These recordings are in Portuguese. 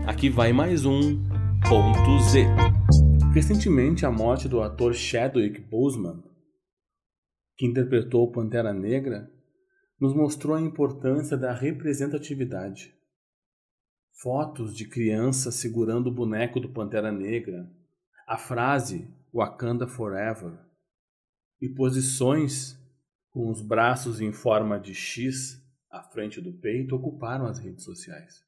aqui vai mais um Ponto Z. Recentemente, a morte do ator Chadwick Boseman, que interpretou o Pantera Negra, nos mostrou a importância da representatividade. Fotos de crianças segurando o boneco do Pantera Negra, a frase Wakanda Forever e posições com os braços em forma de X à frente do peito ocuparam as redes sociais.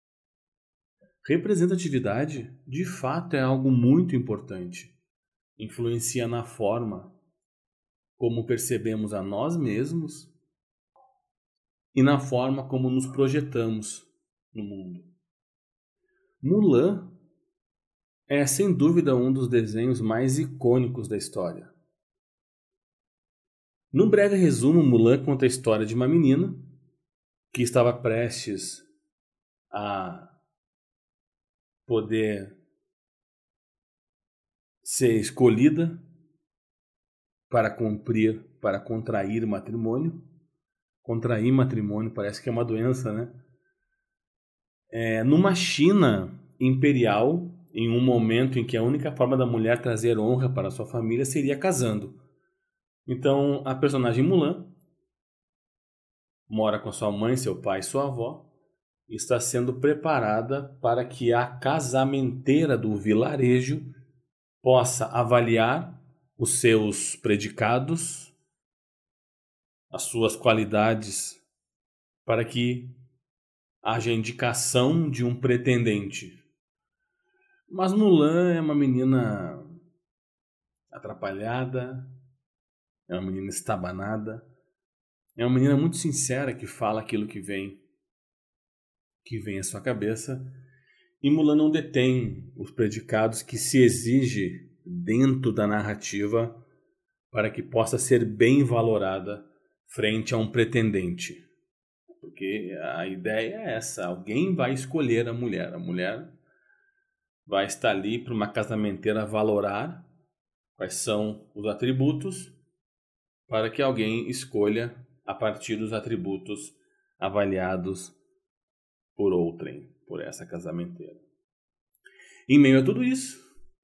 Representatividade, de fato, é algo muito importante. Influencia na forma como percebemos a nós mesmos e na forma como nos projetamos no mundo. Mulan é, sem dúvida, um dos desenhos mais icônicos da história. No breve resumo, Mulan conta a história de uma menina que estava prestes a poder ser escolhida para contrair matrimônio. Contrair matrimônio parece que é uma doença, né? Numa China imperial, em um momento em que a única forma da mulher trazer honra para sua família seria casando. Então, a personagem Mulan mora com sua mãe, seu pai e sua avó, e está sendo preparada para que a casamenteira do vilarejo possa avaliar os seus predicados, as suas qualidades, para que haja indicação de um pretendente. Mas Mulan é uma menina atrapalhada, é uma menina estabanada, é uma menina muito sincera que fala aquilo que vem à sua cabeça, e Mulan não detém os predicados que se exige dentro da narrativa para que possa ser bem valorada frente a um pretendente. Porque a ideia é essa, alguém vai escolher a mulher vai estar ali para uma casamenteira valorar quais são os atributos para que alguém escolha a partir dos atributos avaliados por outrem, por essa casamenteira. Em meio a tudo isso,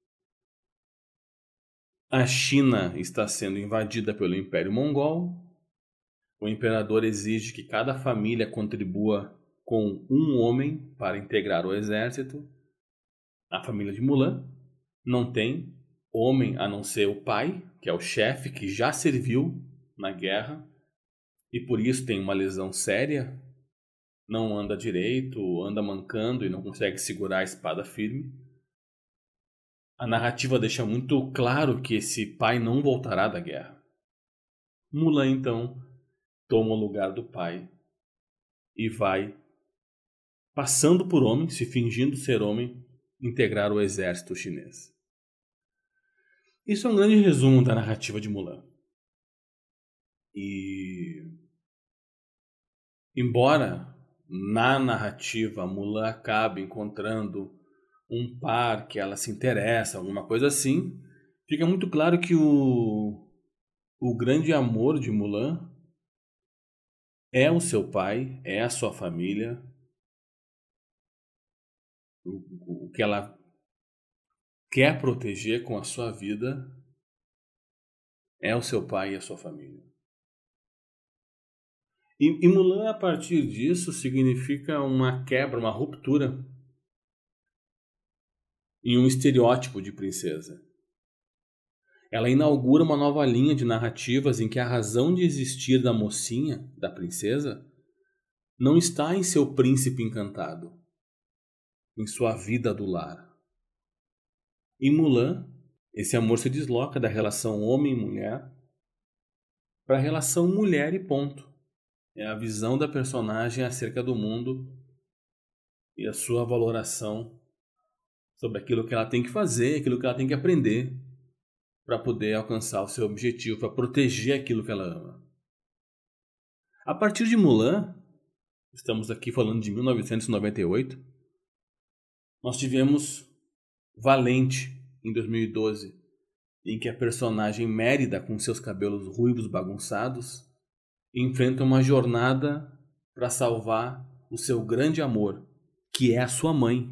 a China está sendo invadida pelo Império Mongol. O imperador exige que cada família contribua com um homem para integrar o exército. A família de Mulan não tem homem a não ser o pai, que é o chefe, que já serviu na guerra e por isso tem uma lesão séria, não anda direito, anda mancando e não consegue segurar a espada firme. A narrativa deixa muito claro que esse pai não voltará da guerra. Mulan, então, toma o lugar do pai e vai, passando por homem, se fingindo ser homem, integrar o exército chinês. Isso é um grande resumo da narrativa de Mulan. E, embora na narrativa Mulan acabe encontrando um par que ela se interessa, alguma coisa assim, fica muito claro que o grande amor de Mulan é o seu pai, é a sua família. O que ela quer proteger com a sua vida é o seu pai e a sua família. E Mulan, a partir disso, significa uma quebra, uma ruptura em um estereótipo de princesa. Ela inaugura uma nova linha de narrativas em que a razão de existir da mocinha, da princesa, não está em seu príncipe encantado, em sua vida do lar. Em Mulan, esse amor se desloca da relação homem e mulher para a relação mulher e ponto. É a visão da personagem acerca do mundo e a sua valoração sobre aquilo que ela tem que fazer, aquilo que ela tem que aprender para poder alcançar o seu objetivo, para proteger aquilo que ela ama. A partir de Mulan, estamos aqui falando de 1998, nós tivemos Valente, em 2012, em que a personagem Mérida, com seus cabelos ruivos bagunçados, enfrenta uma jornada para salvar o seu grande amor, que é a sua mãe.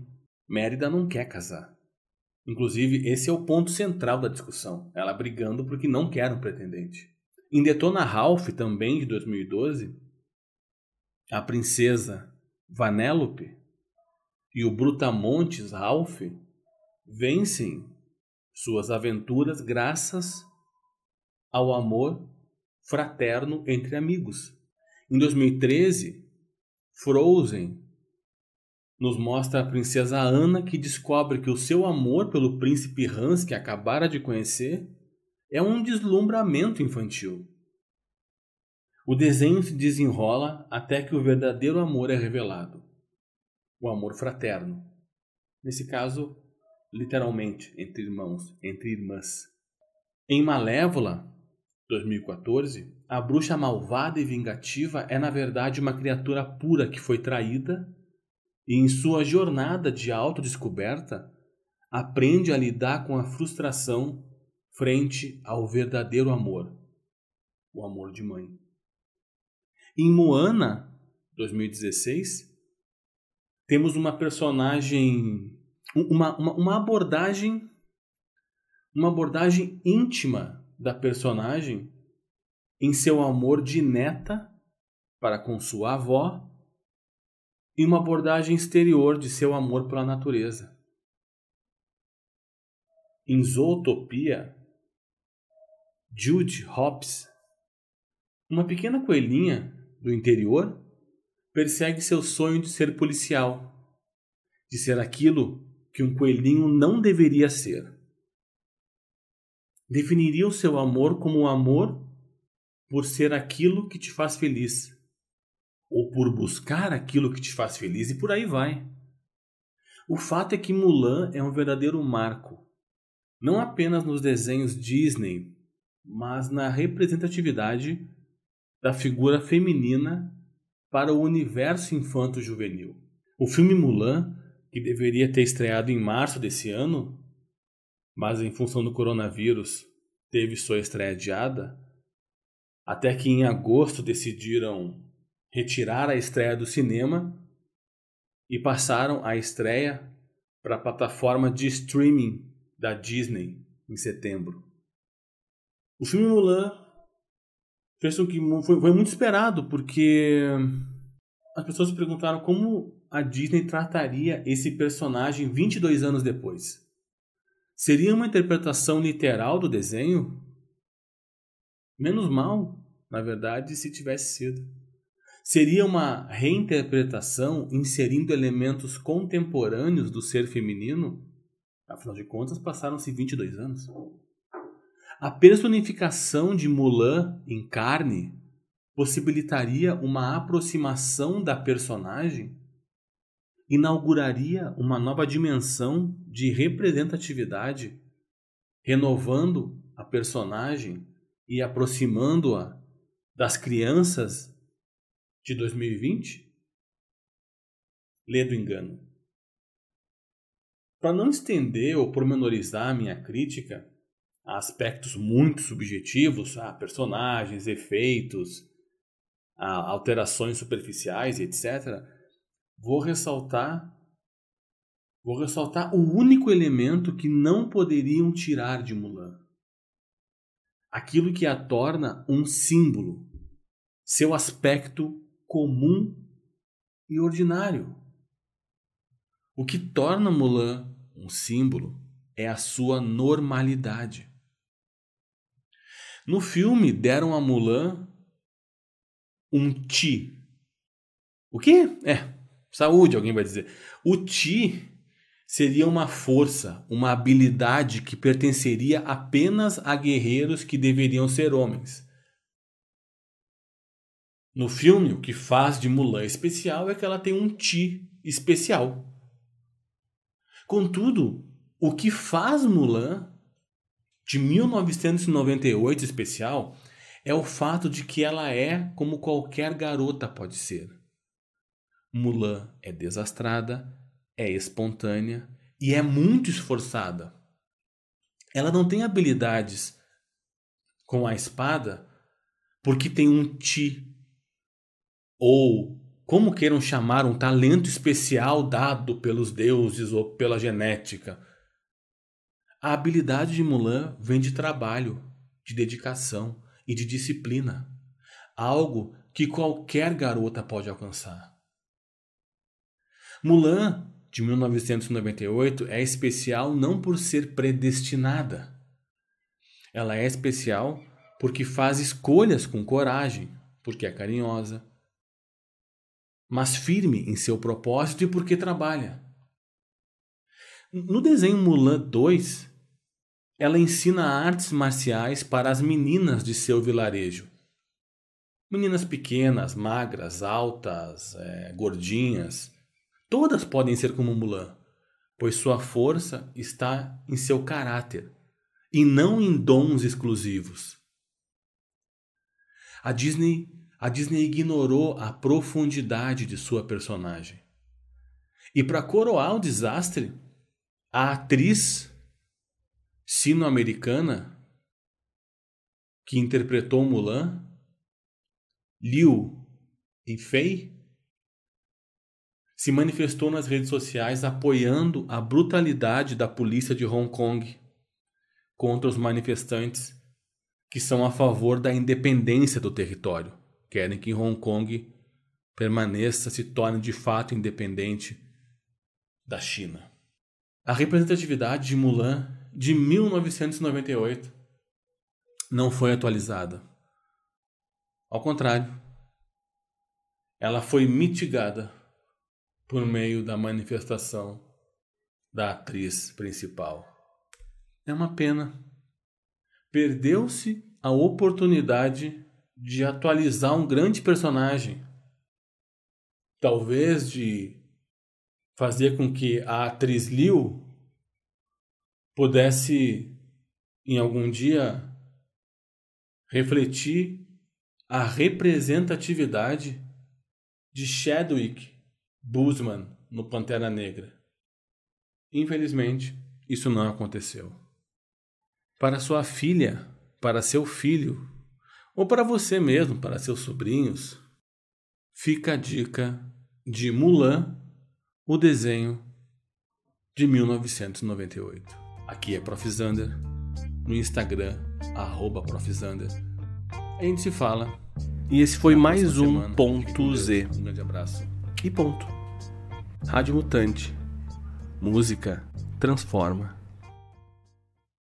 Mérida não quer casar. Inclusive, esse é o ponto central da discussão. Ela brigando porque não quer um pretendente. Em Detona Ralph, também de 2012, a princesa Vanellope e o Brutamontes Ralph vencem suas aventuras graças ao amor fraterno entre amigos. Em 2013, Frozen nos mostra a princesa Anna que descobre que o seu amor pelo príncipe Hans, que acabara de conhecer, é um deslumbramento infantil. O desenho se desenrola até que o verdadeiro amor é revelado. O amor fraterno. Nesse caso, literalmente, entre irmãos, entre irmãs. Em Malévola, 2014, a bruxa malvada e vingativa é na verdade uma criatura pura que foi traída e em sua jornada de autodescoberta aprende a lidar com a frustração frente ao verdadeiro amor, o amor de mãe. Em Moana, 2016, temos uma personagem, uma abordagem íntima da personagem em seu amor de neta para com sua avó e uma abordagem exterior de seu amor pela natureza. Em Zootopia, Judy Hopps, uma pequena coelhinha do interior, persegue seu sonho de ser policial, de ser aquilo que um coelhinho não deveria ser. Definiria o seu amor como o amor por ser aquilo que te faz feliz, ou por buscar aquilo que te faz feliz, e por aí vai. O fato é que Mulan é um verdadeiro marco, não apenas nos desenhos Disney, mas na representatividade da figura feminina para o universo infanto-juvenil. O filme Mulan, que deveria ter estreado em março desse ano, mas em função do coronavírus teve sua estreia adiada, até que em agosto decidiram retirar a estreia do cinema e passaram a estreia para a plataforma de streaming da Disney em setembro. O filme Mulan fez com que foi muito esperado, porque as pessoas se perguntaram como a Disney trataria esse personagem 22 anos depois. Seria uma interpretação literal do desenho? Menos mal, na verdade, se tivesse sido. Seria uma reinterpretação inserindo elementos contemporâneos do ser feminino? Afinal de contas, passaram-se 22 anos. A personificação de Mulan em carne possibilitaria uma aproximação da personagem? Inauguraria uma nova dimensão de representatividade, renovando a personagem e aproximando-a das crianças de 2020? Lê do engano. Para não estender ou pormenorizar minha crítica a aspectos muito subjetivos, a personagens, efeitos, a alterações superficiais, etc., vou ressaltar o único elemento que não poderiam tirar de Mulan. Aquilo que a torna um símbolo, seu aspecto comum e ordinário. O que torna Mulan um símbolo é a sua normalidade. No filme deram a Mulan um Ti. O quê? Saúde, alguém vai dizer. O Ti seria uma força, uma habilidade que pertenceria apenas a guerreiros que deveriam ser homens. No filme, o que faz de Mulan especial é que ela tem um Ti especial. Contudo, o que faz Mulan de 1998 especial é o fato de que ela é como qualquer garota pode ser. Mulan é desastrada, é espontânea e é muito esforçada. Ela não tem habilidades com a espada porque tem um Ti ou como queiram chamar, um talento especial dado pelos deuses ou pela genética. A habilidade de Mulan vem de trabalho, de dedicação e de disciplina. Algo que qualquer garota pode alcançar. Mulan, de 1998, é especial não por ser predestinada. Ela é especial porque faz escolhas com coragem, porque é carinhosa, mas firme em seu propósito e porque trabalha. No desenho Mulan 2, ela ensina artes marciais para as meninas de seu vilarejo. Meninas pequenas, magras, altas, gordinhas. Todas podem ser como Mulan, pois sua força está em seu caráter e não em dons exclusivos. A Disney ignorou a profundidade de sua personagem. E para coroar o desastre, a atriz sino-americana que interpretou Mulan, Liu Yifei, se manifestou nas redes sociais apoiando a brutalidade da polícia de Hong Kong contra os manifestantes que são a favor da independência do território. Querem que Hong Kong permaneça, se torne de fato independente da China. A representatividade de Mulan de 1998 não foi atualizada. Ao contrário, ela foi mitigada por meio da manifestação da atriz principal. É uma pena. Perdeu-se a oportunidade de atualizar um grande personagem. Talvez de fazer com que a atriz Liu pudesse, em algum dia, refletir a representatividade de Chadwick Boseman no Pantera Negra. Infelizmente, isso não aconteceu. Para sua filha, para seu filho, ou para você mesmo, para seus sobrinhos, fica a dica de Mulan, o desenho de 1998. Aqui é Prof. Zander, no Instagram, @ProfZander. A gente se fala. E esse foi mais um Ponto Z. Um grande abraço. E ponto. Rádio Mutante. Música transforma.